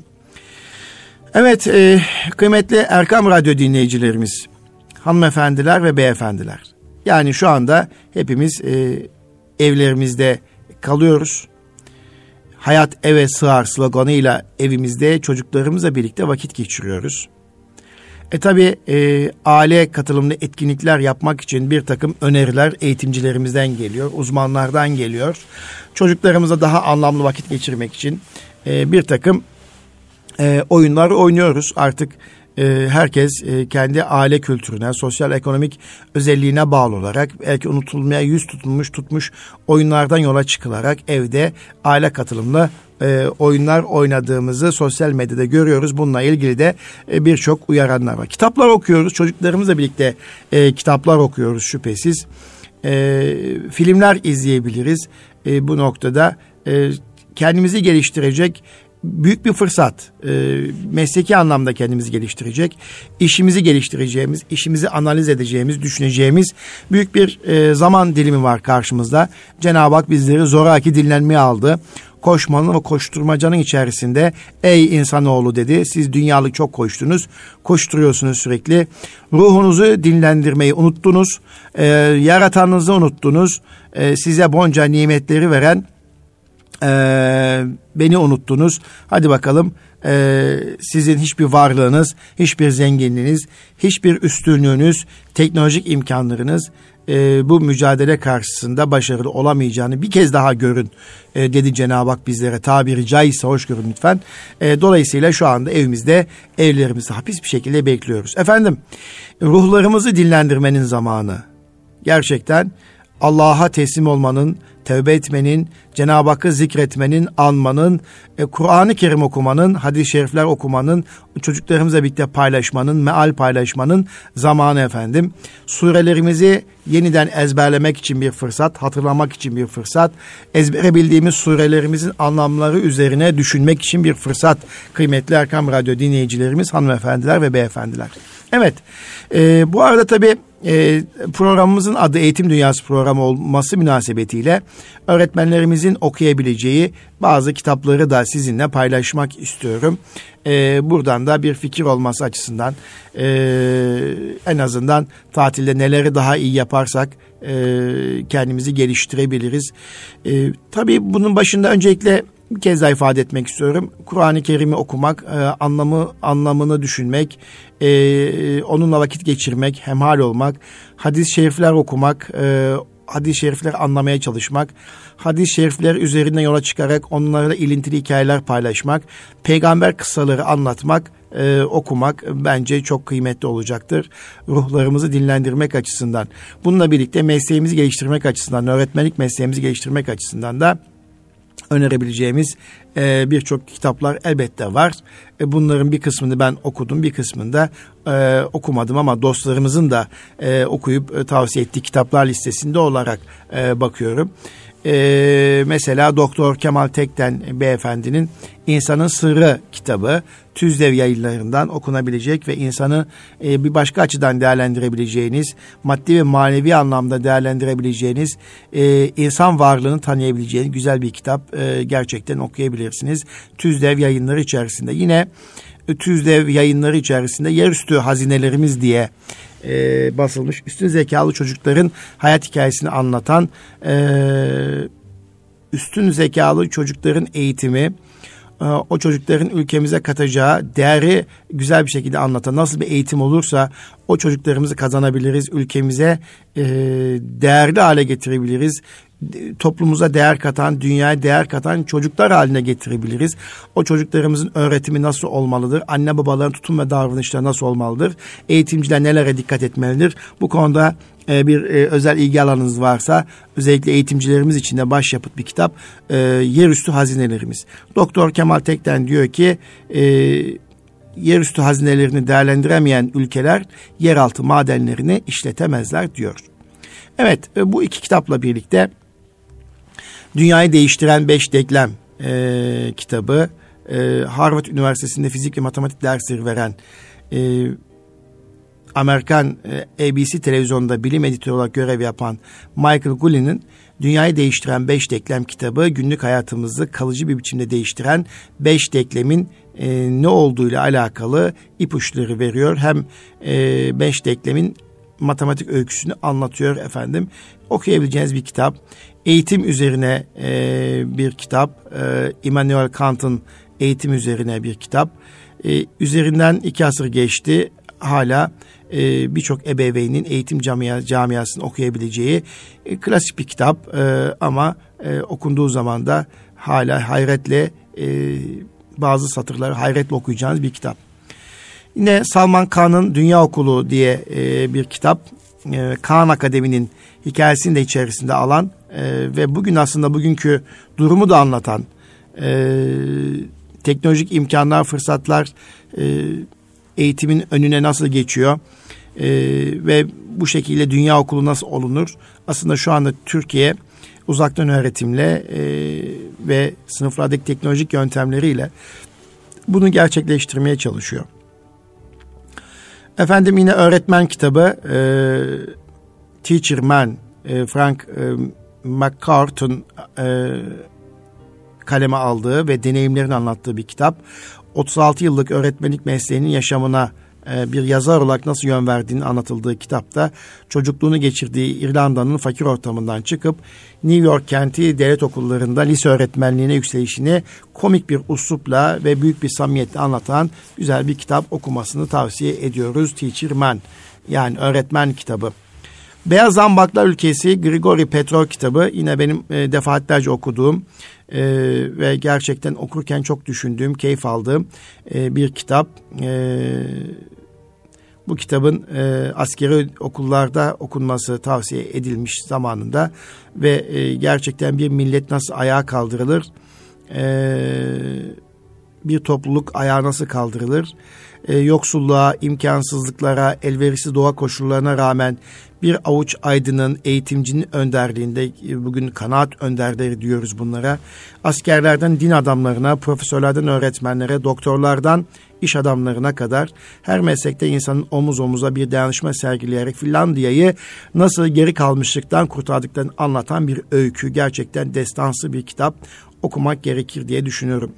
Evet, e, kıymetli Erkam Radyo dinleyicilerimiz, hanımefendiler ve beyefendiler. Yani şu anda hepimiz e, evlerimizde kalıyoruz. Hayat eve sığar sloganıyla evimizde çocuklarımızla birlikte vakit geçiriyoruz. E tabi e, aile katılımlı etkinlikler yapmak için bir takım öneriler eğitimcilerimizden geliyor, uzmanlardan geliyor. Çocuklarımıza daha anlamlı vakit geçirmek için e, bir takım e, oyunlar oynuyoruz. Artık e, herkes e, kendi aile kültürüne, sosyal ekonomik özelliğine bağlı olarak belki unutulmaya yüz tutulmuş tutmuş oyunlardan yola çıkılarak evde aile katılımlı E, oyunlar oynadığımızı sosyal medyada görüyoruz. Bununla ilgili de e, birçok uyaranlar var. Kitaplar okuyoruz. Çocuklarımızla birlikte e, kitaplar okuyoruz şüphesiz. E, filmler izleyebiliriz. E, bu noktada e, kendimizi geliştirecek büyük bir fırsat. E, mesleki anlamda kendimizi geliştirecek, işimizi geliştireceğimiz, işimizi analiz edeceğimiz, düşüneceğimiz büyük bir e, zaman dilimi var karşımızda. Cenab-ı Hak bizleri zoraki dinlenmeye aldı. Koşmanın ve koşturmacanın içerisinde ey insanoğlu dedi. Siz dünyalık çok koştunuz. Koşturuyorsunuz sürekli. Ruhunuzu dinlendirmeyi unuttunuz. E, yaratanınızı unuttunuz. E, size bonca nimetleri veren e, beni unuttunuz. Hadi bakalım. Ee, sizin hiçbir varlığınız, hiçbir zenginliğiniz, hiçbir üstünlüğünüz, teknolojik imkanlarınız e, bu mücadele karşısında başarılı olamayacağını bir kez daha görün e, dedi Cenab-ı Hak bizlere. Tabiri caizse hoş görün lütfen. E, dolayısıyla şu anda evimizde, evlerimizde hapis bir şekilde bekliyoruz. Efendim, ruhlarımızı dinlendirmenin zamanı. Gerçekten Allah'a teslim olmanın, tevbe etmenin, Cenab-ı Hakk'ı zikretmenin, anmanın, e, Kur'an-ı Kerim okumanın, hadis-i şerifler okumanın, çocuklarımızla birlikte paylaşmanın, meal paylaşmanın zamanı efendim. Surelerimizi yeniden ezberlemek için bir fırsat, hatırlamak için bir fırsat, ezbere bildiğimiz surelerimizin anlamları üzerine düşünmek için bir fırsat. Kıymetli Erkam Radyo dinleyicilerimiz, hanımefendiler ve beyefendiler. Evet, e, bu arada tabii e, programımızın adı Eğitim Dünyası programı olması münasebetiyle öğretmenlerimizin okuyabileceği bazı kitapları da sizinle paylaşmak istiyorum. E, buradan da bir fikir olması açısından e, en azından tatilde neleri daha iyi yaparsak e, kendimizi geliştirebiliriz. E, tabii bunun başında öncelikle bir kez daha ifade etmek istiyorum. Kur'an-ı Kerim'i okumak, e, anlamı anlamını düşünmek, e, onunla vakit geçirmek, hemhal olmak, hadis-i şerifler okumak, e, hadis-i şerifleri anlamaya çalışmak, hadis-i şerifler üzerinden yola çıkarak onlarla ilintili hikayeler paylaşmak, peygamber kıssaları anlatmak, e, okumak bence çok kıymetli olacaktır. Ruhlarımızı dinlendirmek açısından. Bununla birlikte mesleğimizi geliştirmek açısından, öğretmenlik mesleğimizi geliştirmek açısından da önerebileceğimiz e, birçok kitaplar elbette var. E, bunların bir kısmını ben okudum, bir kısmını da e, okumadım ama dostlarımızın da e, okuyup e, tavsiye ettiği kitaplar listesinde olarak e, bakıyorum. E, mesela Doktor Kemal Tekten beyefendinin İnsanın Sırrı kitabı Tüzdev Yayınlarından okunabilecek ve insanı e, bir başka açıdan değerlendirebileceğiniz, maddi ve manevi anlamda değerlendirebileceğiniz, e, insan varlığını tanıyabileceğiniz güzel bir kitap, e, gerçekten okuyabilirsiniz. Tüzdev Yayınları içerisinde yine Tüzdev Yayınları içerisinde Yerüstü Hazinelerimiz diye e, basılmış, üstün zekalı çocukların hayat hikayesini anlatan, e, üstün zekalı çocukların eğitimi, o çocukların ülkemize katacağı değeri güzel bir şekilde anlatan, nasıl bir eğitim olursa o çocuklarımızı kazanabiliriz, ülkemize e, değerli hale getirebiliriz, toplumumuza değer katan, dünyaya değer katan çocuklar haline getirebiliriz. O çocuklarımızın öğretimi nasıl olmalıdır? Anne babaların tutum ve davranışları nasıl olmalıdır? Eğitimciler nelere dikkat etmelidir? Bu konuda e, bir e, özel ilgi alanınız varsa, özellikle eğitimcilerimiz için de başyapıt bir kitap, e, Yerüstü Hazinelerimiz. Doktor Kemal Tekten diyor ki, e, yerüstü hazinelerini değerlendiremeyen ülkeler yeraltı madenlerini işletemezler diyor. Evet, e, bu iki kitapla birlikte Dünyayı Değiştiren Beş Denklem e, kitabı, e, Harvard Üniversitesi'nde fizik ve matematik dersleri veren, e, Amerikan e, A B C televizyonda bilim editörü olarak görev yapan Michael Gullin'in Dünyayı Değiştiren Beş Denklem kitabı, günlük hayatımızı kalıcı bir biçimde değiştiren beş denklemin e, ne olduğuyla alakalı ipuçları veriyor. Hem e, beş denklemin matematik öyküsünü anlatıyor efendim. Okuyabileceğiniz bir kitap. Eğitim üzerine e, bir kitap. E, Immanuel Kant'ın eğitim üzerine bir kitap. E, üzerinden iki asır geçti. Hala e, birçok ebeveynin eğitim camia, camiasını okuyabileceği e, klasik bir kitap. E, ama e, okunduğu zaman da hala hayretle, e, bazı satırları hayretle okuyacağınız bir kitap. Yine Salman Khan'ın Dünya Okulu diye e, bir kitap. E, Khan Akademi'nin hikayesini de içerisinde alan e, ve bugün aslında bugünkü durumu da anlatan, e, teknolojik imkanlar, fırsatlar e, eğitimin önüne nasıl geçiyor e, ve bu şekilde Dünya Okulu nasıl olunur? Aslında şu anda Türkiye uzaktan öğretimle e, ve sınıflardaki teknolojik yöntemleriyle bunu gerçekleştirmeye çalışıyor. Efendim yine öğretmen kitabı, e, Teacher Man, e, Frank e, McCart'ın e, kaleme aldığı ve deneyimlerini anlattığı bir kitap. otuz altı yıllık öğretmenlik mesleğinin yaşamına e, bir yazar olarak nasıl yön verdiğini anlatıldığı kitapta, çocukluğunu geçirdiği İrlanda'nın fakir ortamından çıkıp New York kenti devlet okullarında lise öğretmenliğine yükselişini komik bir üslupla ve büyük bir samimiyetle anlatan güzel bir kitap, okumasını tavsiye ediyoruz. Teacher Man, yani öğretmen kitabı. Beyaz Zambaklar Ülkesi Grigori Petrov kitabı, yine benim e, defaatlerce okuduğum e, ve gerçekten okurken çok düşündüğüm, keyif aldığım e, bir kitap. E, bu kitabın e, askeri okullarda okunması tavsiye edilmiş zamanında ve e, gerçekten bir millet nasıl ayağa kaldırılır, e, bir topluluk ayağa nasıl kaldırılır? Ee, yoksulluğa, imkansızlıklara, elverişsiz doğa koşullarına rağmen bir avuç aydının, eğitimcinin önderliğinde, bugün kanaat önderleri diyoruz bunlara, askerlerden din adamlarına, profesörlerden öğretmenlere, doktorlardan iş adamlarına kadar her meslekte insanın omuz omuza bir dayanışma sergileyerek Finlandiya'yı nasıl geri kalmışlıktan kurtardıklarını anlatan bir öykü. Gerçekten destansı bir kitap, okumak gerekir diye düşünüyorum.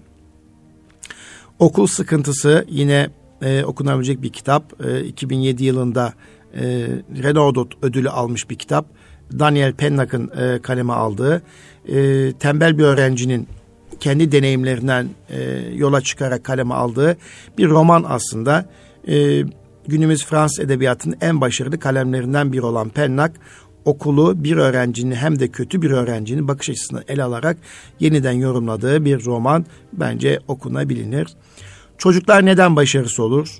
Okul Sıkıntısı yine e, okunabilecek bir kitap. E, iki bin yedi yılında e, Renaudot ödülü almış bir kitap. Daniel Pennak'ın e, kaleme aldığı, e, tembel bir öğrencinin kendi deneyimlerinden e, yola çıkarak kaleme aldığı bir roman aslında. E, günümüz Fransız edebiyatının en başarılı kalemlerinden biri olan Pennak, okulu, bir öğrencinin hem de kötü bir öğrencinin bakış açısını ele alarak yeniden yorumladığı bir roman, bence okunabilir. Çocuklar neden başarısız olur?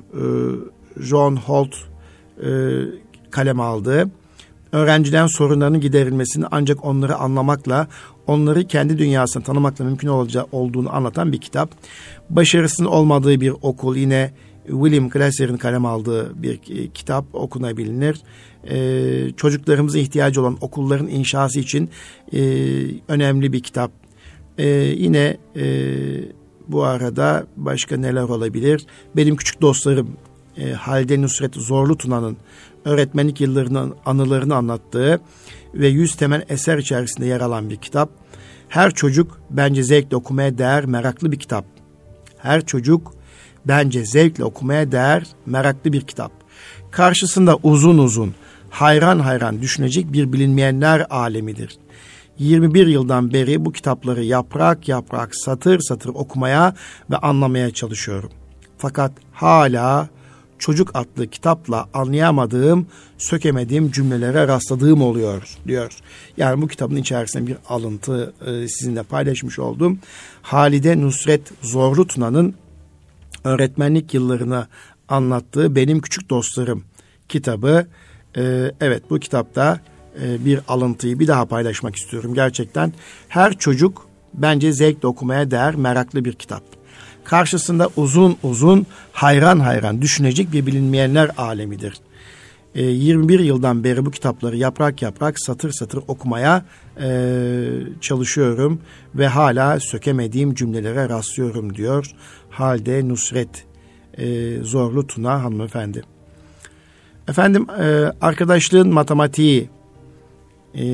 Ee, John Holt e, kaleme aldığı, öğrencilerin sorunlarının giderilmesini ancak onları anlamakla, onları kendi dünyasını tanımakla mümkün olacağı olduğunu anlatan bir kitap. Başarısının olmadığı bir okul, yine William Glasser'in kaleme aldığı bir kitap, okunabilir. Ee, çocuklarımıza ihtiyacı olan okulların inşası için e, önemli bir kitap. Ee, yine e, bu arada başka neler olabilir? Benim Küçük Dostlarım, e, Halide Nusret Zorlu Tuna'nın öğretmenlik yıllarının anılarını anlattığı ve yüz temel eser içerisinde yer alan bir kitap. Her çocuk bence zevkle okumaya değer, meraklı bir kitap. Her çocuk bence zevkle okumaya değer, meraklı bir kitap. Karşısında uzun uzun, hayran hayran düşünecek bir bilinmeyenler alemidir. yirmi bir yıldan beri bu kitapları yaprak yaprak, satır satır okumaya ve anlamaya çalışıyorum. Fakat hala Çocuk adlı kitapla anlayamadığım, sökemediğim cümlelere rastladığım oluyor diyor. Yani bu kitabın içerisinde bir alıntı e, sizinle paylaşmış oldum. Halide Nusret Zorlu Tuna'nın öğretmenlik yıllarını anlattığı Benim Küçük Dostlarım kitabı. E, evet, bu kitapta e, bir alıntıyı bir daha paylaşmak istiyorum. Gerçekten her çocuk bence zevkle okumaya değer, meraklı bir kitap. Karşısında uzun uzun, hayran hayran düşünecek bir bilinmeyenler alemidir. E, yirmi bir yıldan beri bu kitapları yaprak yaprak, satır satır okumaya e, çalışıyorum ve hala sökemediğim cümlelere rastlıyorum diyor Halide Nusret e, Zorlu Tuna hanımefendi. Efendim, e, Arkadaşlığın Matematiği, e,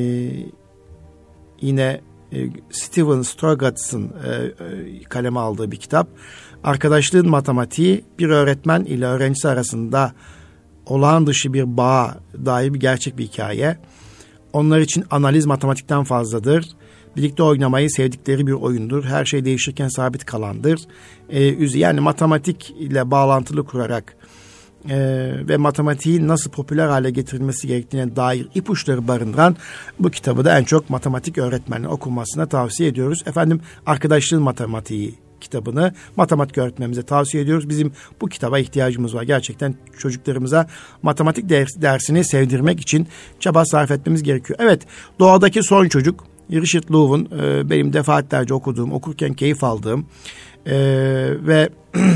yine Steven Strogatz'ın e, e, kaleme aldığı bir kitap. Arkadaşlığın matematiği, bir öğretmen ile öğrencisi arasında olağan dışı bir bağa dair bir gerçek bir hikaye. Onlar için analiz matematikten fazladır. Birlikte oynamayı sevdikleri bir oyundur. Her şey değişirken sabit kalandır. E, yani matematik ile bağlantılı kurarak Ee, ve matematiğin nasıl popüler hale getirilmesi gerektiğine dair ipuçları barındıran bu kitabı da en çok matematik öğretmeninin okunmasına tavsiye ediyoruz. Efendim, Arkadaşlığın Matematiği kitabını matematik öğretmenimize tavsiye ediyoruz. Bizim bu kitaba ihtiyacımız var. Gerçekten çocuklarımıza matematik ders, dersini sevdirmek için çaba sarf etmemiz gerekiyor. Evet, Doğadaki Son Çocuk, Richard Louw'un e, benim defaatlerce okuduğum, okurken keyif aldığım e, ve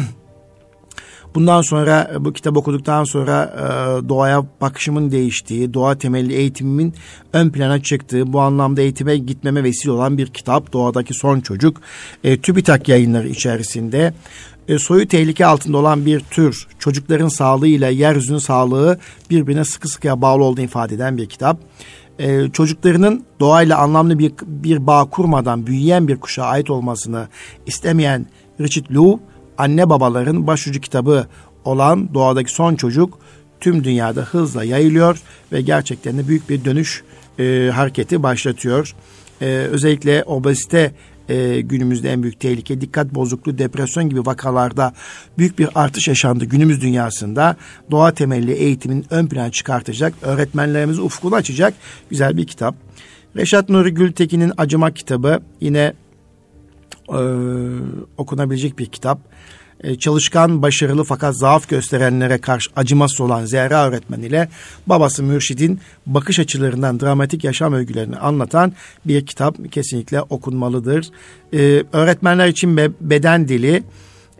bundan sonra, bu kitabı okuduktan sonra e, doğaya bakışımın değiştiği, doğa temelli eğitimimin ön plana çıktığı, bu anlamda eğitime gitmeme vesile olan bir kitap. Doğadaki Son Çocuk, e, TÜBİTAK yayınları içerisinde. E, soyu tehlike altında olan bir tür, çocukların sağlığı ile yeryüzünün sağlığı birbirine sıkı sıkıya bağlı olduğunu ifade eden bir kitap. E, çocuklarının doğayla anlamlı bir, bir bağ kurmadan büyüyen bir kuşağa ait olmasını istemeyen Richard Louw, anne babaların başucu kitabı olan Doğadaki Son Çocuk tüm dünyada hızla yayılıyor ve gerçekten de büyük bir dönüş e, hareketi başlatıyor. E, özellikle obezite e, günümüzde en büyük tehlike, dikkat bozukluğu, depresyon gibi vakalarda büyük bir artış yaşandı günümüz dünyasında. Doğa temelli eğitimin ön plana çıkartacak, öğretmenlerimiz ufkunu açacak güzel bir kitap. Reşat Nuri Gültekin'in Acımak kitabı yine e, okunabilecek bir kitap. Çalışkan, başarılı fakat zaaf gösterenlere karşı acımasız olan Zehra öğretmen ile babası Mürşid'in bakış açılarından dramatik yaşam öykülerini anlatan bir kitap, kesinlikle okunmalıdır. Ee, öğretmenler için be- beden dili,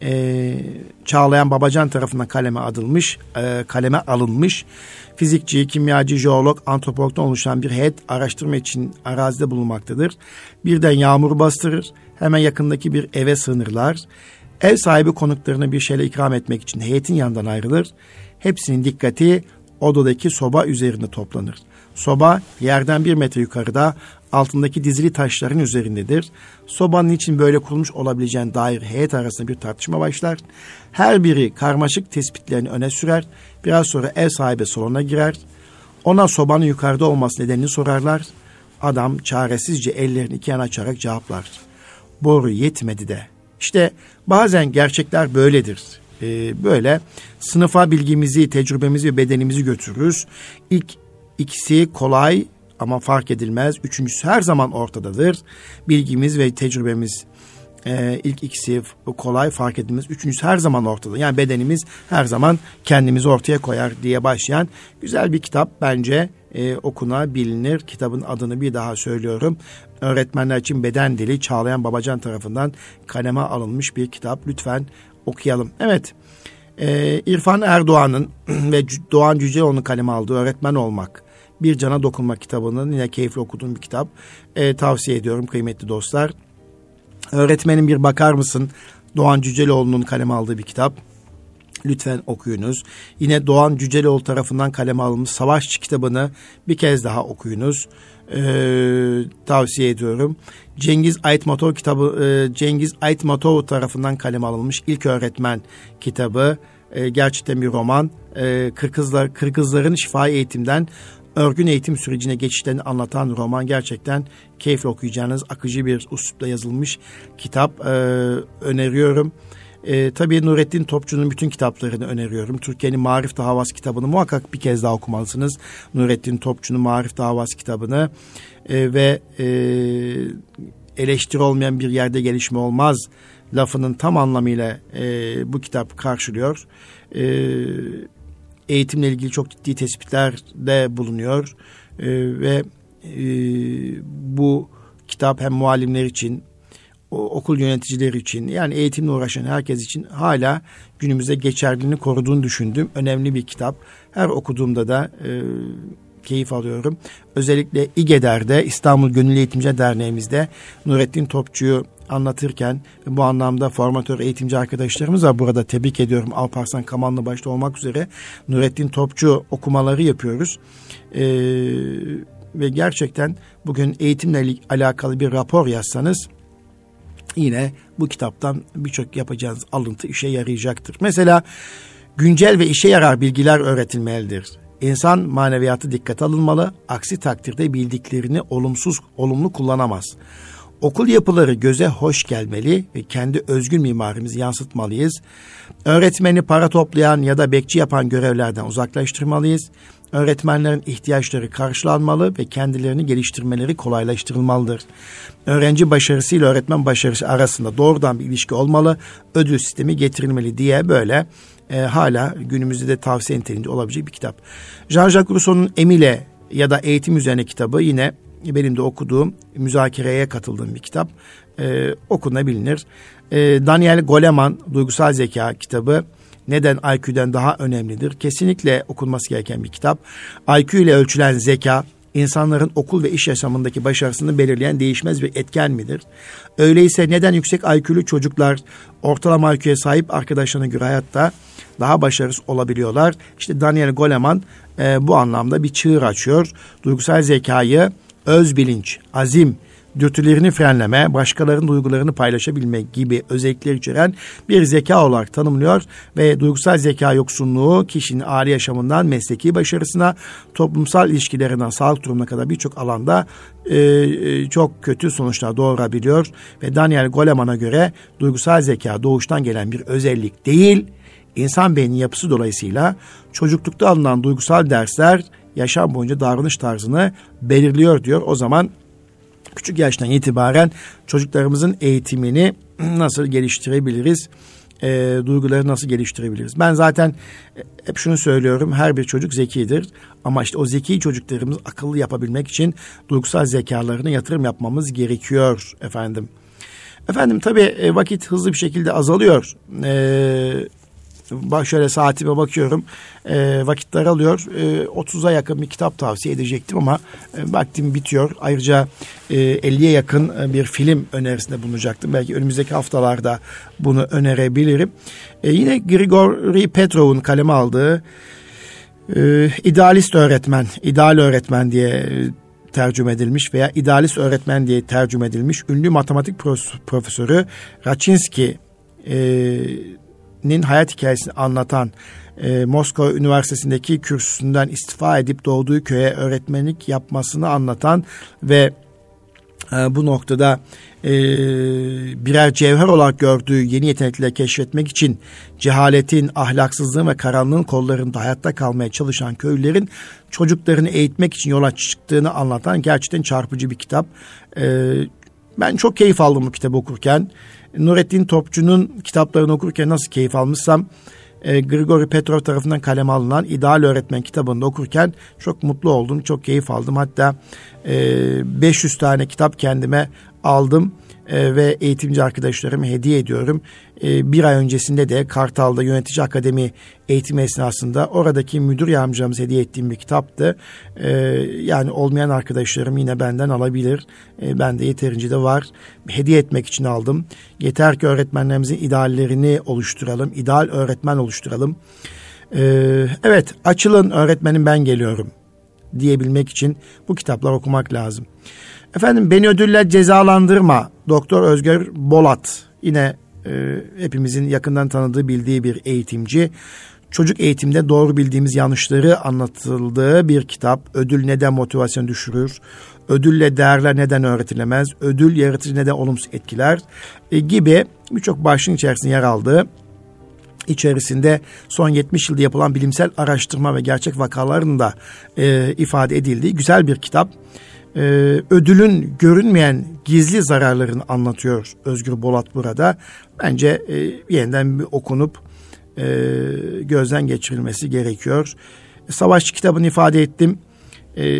e, Çağlayan Babacan tarafından kaleme alınmış, e, kaleme alınmış. Fizikçi, kimyacı, jeolog, antropologdan oluşan bir heyet araştırma için arazide bulunmaktadır. Birden yağmur bastırır, hemen yakındaki bir eve sığınırlar. Ev sahibi konuklarına bir şeyler ikram etmek için heyetin yanından ayrılır. Hepsinin dikkati odadaki soba üzerinde toplanır. Soba yerden bir metre yukarıda altındaki dizili taşların üzerindedir. Sobanın için böyle kurulmuş olabileceğine dair heyet arasında bir tartışma başlar. Her biri karmaşık tespitlerini öne sürer. Biraz sonra ev sahibi salona girer. Ona sobanın yukarıda olması nedenini sorarlar. Adam çaresizce ellerini iki yana açarak cevaplar. Boru yetmedi de. İşte bazen gerçekler böyledir. Ee, böyle sınıfa bilgimizi, tecrübemizi ve bedenimizi götürürüz. İlk ikisi kolay ama fark edilmez. Üçüncüsü her zaman ortadadır. Bilgimiz ve tecrübemiz e, ilk ikisi kolay fark edilmez. Üçüncüsü her zaman ortada. Yani bedenimiz her zaman kendimizi ortaya koyar diye başlayan güzel bir kitap bence e, okunabilir. Kitabın adını bir daha söylüyorum. Öğretmenler için Beden Dili, Çağlayan Babacan tarafından kaleme alınmış bir kitap. Lütfen okuyalım. Evet, e, İrfan Erdoğan'ın ve Doğan Cüceloğlu'nun kaleme aldığı Öğretmen Olmak, Bir Cana Dokunmak kitabının yine keyifli okuduğum bir kitap. E, tavsiye ediyorum kıymetli dostlar. Öğretmenin Bir Bakar Mısın? Doğan Cüceloğlu'nun kaleme aldığı bir kitap. Lütfen okuyunuz. Yine Doğan Cüceloğlu tarafından kaleme alınmış Savaşçı kitabını bir kez daha okuyunuz. Ee, tavsiye ediyorum. Cengiz Aytmatov kitabı, e, Cengiz Aytmatov tarafından kaleme alınmış İlk Öğretmen kitabı. E, gerçekten bir roman. E, Kırgızlar, Kırgızların şifahi eğitimden örgün eğitim sürecine geçişlerini anlatan roman, gerçekten keyifle okuyacağınız akıcı bir üslupla yazılmış kitap. E, öneriyorum. E, tabii Nurettin Topçu'nun bütün kitaplarını öneriyorum. Türkiye'nin Marif Davası kitabını muhakkak bir kez daha okumalısınız. Nurettin Topçu'nun Marif Davası kitabını e, ve e, eleştiri olmayan bir yerde gelişme olmaz lafının tam anlamıyla e, bu kitap karşılıyor. E, eğitimle ilgili çok ciddi tespitlerde bulunuyor e, ve e, bu kitap hem muallimler için, okul yöneticileri için, yani eğitimle uğraşan herkes için hala günümüzde geçerliliğini koruduğunu düşündüğüm önemli bir kitap. Her okuduğumda da e, keyif alıyorum. Özellikle İGEDER'de, İstanbul Gönüllü Eğitimci Derneğimizde Nurettin Topçu'yu anlatırken bu anlamda formatör eğitimci arkadaşlarımız var. Burada tebrik ediyorum. Alparslan Kamanlı başta olmak üzere Nurettin Topçu okumaları yapıyoruz. Ee, ve gerçekten bugün eğitimle alakalı bir rapor yazsanız yine bu kitaptan birçok yapacağınız alıntı işe yarayacaktır. Mesela güncel ve işe yarar bilgiler öğretilmelidir. İnsan maneviyatı dikkate alınmalı. Aksi takdirde bildiklerini olumsuz, olumlu kullanamaz. Okul yapıları göze hoş gelmeli ve kendi özgün mimarimizi yansıtmalıyız. Öğretmeni para toplayan ya da bekçi yapan görevlerden uzaklaştırmalıyız. Öğretmenlerin ihtiyaçları karşılanmalı ve kendilerini geliştirmeleri kolaylaştırılmalıdır. Öğrenci başarısıyla öğretmen başarısı arasında doğrudan bir ilişki olmalı, ödül sistemi getirilmeli diye böyle e, hala günümüzde de tavsiye niteliğinde olabilecek bir kitap. Jean-Jacques Rousseau'nun Emile ya da eğitim üzerine kitabı yine benim de okuduğum, müzakereye katıldığım bir kitap. E, okunabilir. E, Daniel Goleman Duygusal Zeka kitabı neden I Q'den daha önemlidir? Kesinlikle okunması gereken bir kitap. I Q ile ölçülen zeka, insanların okul ve iş yaşamındaki başarısını belirleyen değişmez bir etken midir? Öyleyse neden yüksek I Q'lu çocuklar ortalama I Q'ya sahip arkadaşlarına göre hayatta daha başarısız olabiliyorlar? İşte Daniel Goleman e, bu anlamda bir çığır açıyor. Duygusal zekayı öz bilinç, azim, dürtülerini frenleme, başkalarının duygularını paylaşabilme gibi özellikler içeren bir zeka olarak tanımlıyor ve duygusal zeka yoksunluğu kişinin aile yaşamından mesleki başarısına, toplumsal ilişkilerinden sağlık durumuna kadar birçok alanda e, çok kötü sonuçlar doğurabiliyor ve Daniel Goleman'a göre duygusal zeka doğuştan gelen bir özellik değil, insan beyninin yapısı dolayısıyla çocuklukta alınan duygusal dersler yaşam boyunca davranış tarzını belirliyor diyor. O zaman küçük yaştan itibaren çocuklarımızın eğitimini nasıl geliştirebiliriz? E, duyguları nasıl geliştirebiliriz? Ben zaten hep şunu söylüyorum. Her bir çocuk zekidir. Ama işte o zeki çocuklarımız akıllı yapabilmek için duygusal zekalarına yatırım yapmamız gerekiyor efendim. Efendim tabii vakit hızlı bir şekilde azalıyor. Ee, bak şöyle saatime bakıyorum. E, vakit daralıyor. E, otuza yakın bir kitap tavsiye edecektim ama e, vaktim bitiyor. Ayrıca e, elliye yakın bir film önerisinde bulunacaktım. Belki önümüzdeki haftalarda bunu önerebilirim. E, yine Grigori Petrov'un kaleme aldığı e, İdealist Öğretmen, İdeal Öğretmen diye e, tercüme edilmiş veya İdealist Öğretmen diye tercüme edilmiş ünlü matematik profesörü Raczynski e, nin hayat hikayesini anlatan e, Moskova Üniversitesi'ndeki kürsüsünden istifa edip doğduğu köye öğretmenlik yapmasını anlatan ve e, bu noktada e, birer cevher olarak gördüğü yeni yetenekleri keşfetmek için cehaletin, ahlaksızlığın ve karanlığın kollarında hayatta kalmaya çalışan köylülerin çocuklarını eğitmek için yola çıktığını anlatan gerçekten çarpıcı bir kitap. E, ben çok keyif aldım bu kitabı okurken. Nurettin Topçu'nun kitaplarını okurken nasıl keyif almışsam e, Grigori Petrov tarafından kaleme alınan İdeal Öğretmen kitabını da okurken çok mutlu oldum, çok keyif aldım. Hatta e, beş yüz tane kitap kendime aldım e, ve eğitimci arkadaşlarıma hediye ediyorum. E, bir ay öncesinde de Kartal'da Yönetici Akademi eğitimi esnasında oradaki müdür yardımcımız hediye ettiğim bir kitaptı. E, yani olmayan arkadaşlarım yine benden alabilir. E, bende yeterince de var. Hediye etmek için aldım. Yeter ki öğretmenlerimizin ideallerini oluşturalım. İdeal öğretmen oluşturalım. E, evet, açılın öğretmenim ben geliyorum diyebilmek için bu kitaplar okumak lazım. Efendim Beni Ödülle Cezalandırma, Doktor Özgür Bolat, yine e, hepimizin yakından tanıdığı, bildiği bir eğitimci. Çocuk eğitimde doğru bildiğimiz yanlışları anlatıldığı bir kitap. Ödül neden motivasyon düşürür? Ödülle değerler neden öğretilemez? Ödül yaratıcı neden olumsuz etkiler? E, gibi birçok başlığın içerisinde yer aldığı, İçerisinde son yetmiş yılda yapılan bilimsel araştırma ve gerçek vakaların da e, ifade edildiği güzel bir kitap. E, ödülün görünmeyen gizli zararlarını anlatıyor Özgür Bolat burada. Bence e, yeniden bir okunup e, gözden geçirilmesi gerekiyor. Savaşçı kitabını ifade ettim. E,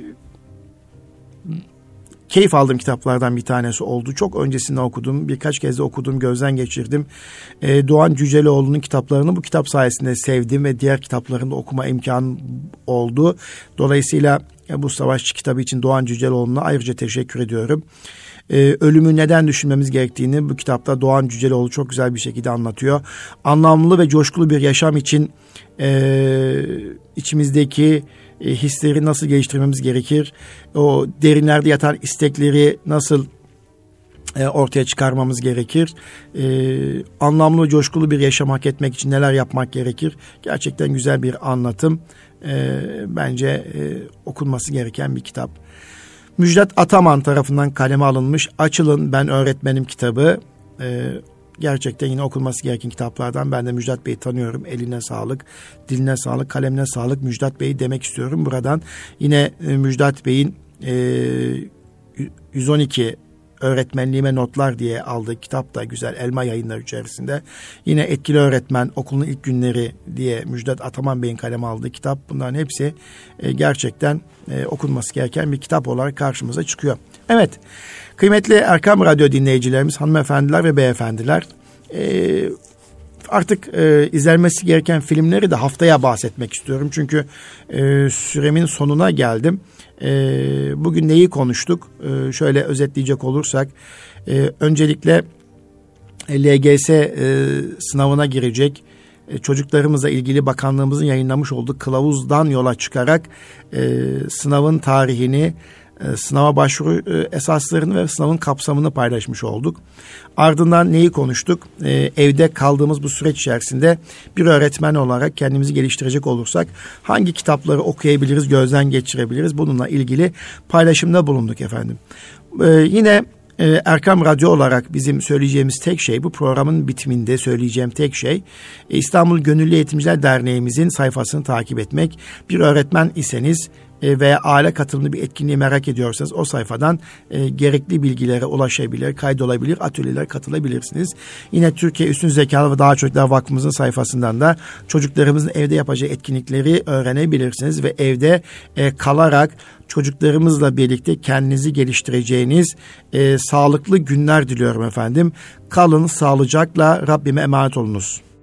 Keyif aldığım kitaplardan bir tanesi oldu. Çok öncesinde okudum. Birkaç kez de okudum, gözden geçirdim. Ee, Doğan Cüceloğlu'nun kitaplarını bu kitap sayesinde sevdim ve diğer kitaplarını da okuma imkanı oldu. Dolayısıyla bu Savaşçı kitabı için Doğan Cüceloğlu'na ayrıca teşekkür ediyorum. Ee, ölümü neden düşünmemiz gerektiğini bu kitapta Doğan Cüceloğlu çok güzel bir şekilde anlatıyor. Anlamlı ve coşkulu bir yaşam için e, içimizdeki e, hisleri nasıl geliştirmemiz gerekir? O derinlerde yatan istekleri nasıl e, ortaya çıkarmamız gerekir? E, anlamlı ve coşkulu bir yaşam hak etmek için neler yapmak gerekir? Gerçekten güzel bir anlatım. E, bence e, okunması gereken bir kitap. Müjdat Ataman tarafından kaleme alınmış Açılın Ben Öğretmenim kitabı. Ee, gerçekten yine okunması gereken kitaplardan. Ben de Müjdat Bey'i tanıyorum. Eline sağlık, diline sağlık, kalemine sağlık Müjdat Bey'i demek istiyorum. Buradan yine e, Müjdat Bey'in e, yüz on iki Öğretmenliğime Notlar diye aldığı kitap da güzel. Elma Yayınları içerisinde. Yine Etkili Öğretmen, Okulun İlk Günleri diye Müjdat Ataman Bey'in kaleme aldığı kitap. Bunların hepsi e, gerçekten e, okunması gereken bir kitap olarak karşımıza çıkıyor. Evet, kıymetli Erkam Radyo dinleyicilerimiz, hanımefendiler ve beyefendiler, e, artık e, izlenmesi gereken filmleri de haftaya bahsetmek istiyorum. Çünkü e, süremin sonuna geldim. E, bugün neyi konuştuk? E, şöyle özetleyecek olursak, e, öncelikle L G S e, sınavına girecek e, çocuklarımızla ilgili bakanlığımızın yayınlamış olduğu kılavuzdan yola çıkarak e, sınavın tarihini, e, sınava başvuru e, esaslarını ve sınavın kapsamını paylaşmış olduk. Ardından neyi konuştuk? E, evde kaldığımız bu süreç içerisinde bir öğretmen olarak kendimizi geliştirecek olursak hangi kitapları okuyabiliriz, gözden geçirebiliriz? Bununla ilgili paylaşımda bulunduk efendim. E, yine e, Erkam Radyo olarak bizim söyleyeceğimiz tek şey, bu programın bitiminde söyleyeceğim tek şey, e, İstanbul Gönüllü Eğitimciler Derneğimizin sayfasını takip etmek. Bir öğretmen iseniz e, veya aile katılımlı bir etkinliği merak ediyorsanız o sayfadan e, gerekli bilgilere ulaşabilir, kaydolabilir, atölyelere katılabilirsiniz. Yine Türkiye Üstün Zekalı ve Daha Çocuklar Vakfımızın sayfasından da çocuklarımızın evde yapacağı etkinlikleri öğrenebilirsiniz ve evde e, kalarak çocuklarımızla birlikte kendinizi geliştireceğiniz e, sağlıklı günler diliyorum efendim. Kalın sağlıcakla, Rabbime emanet olunuz.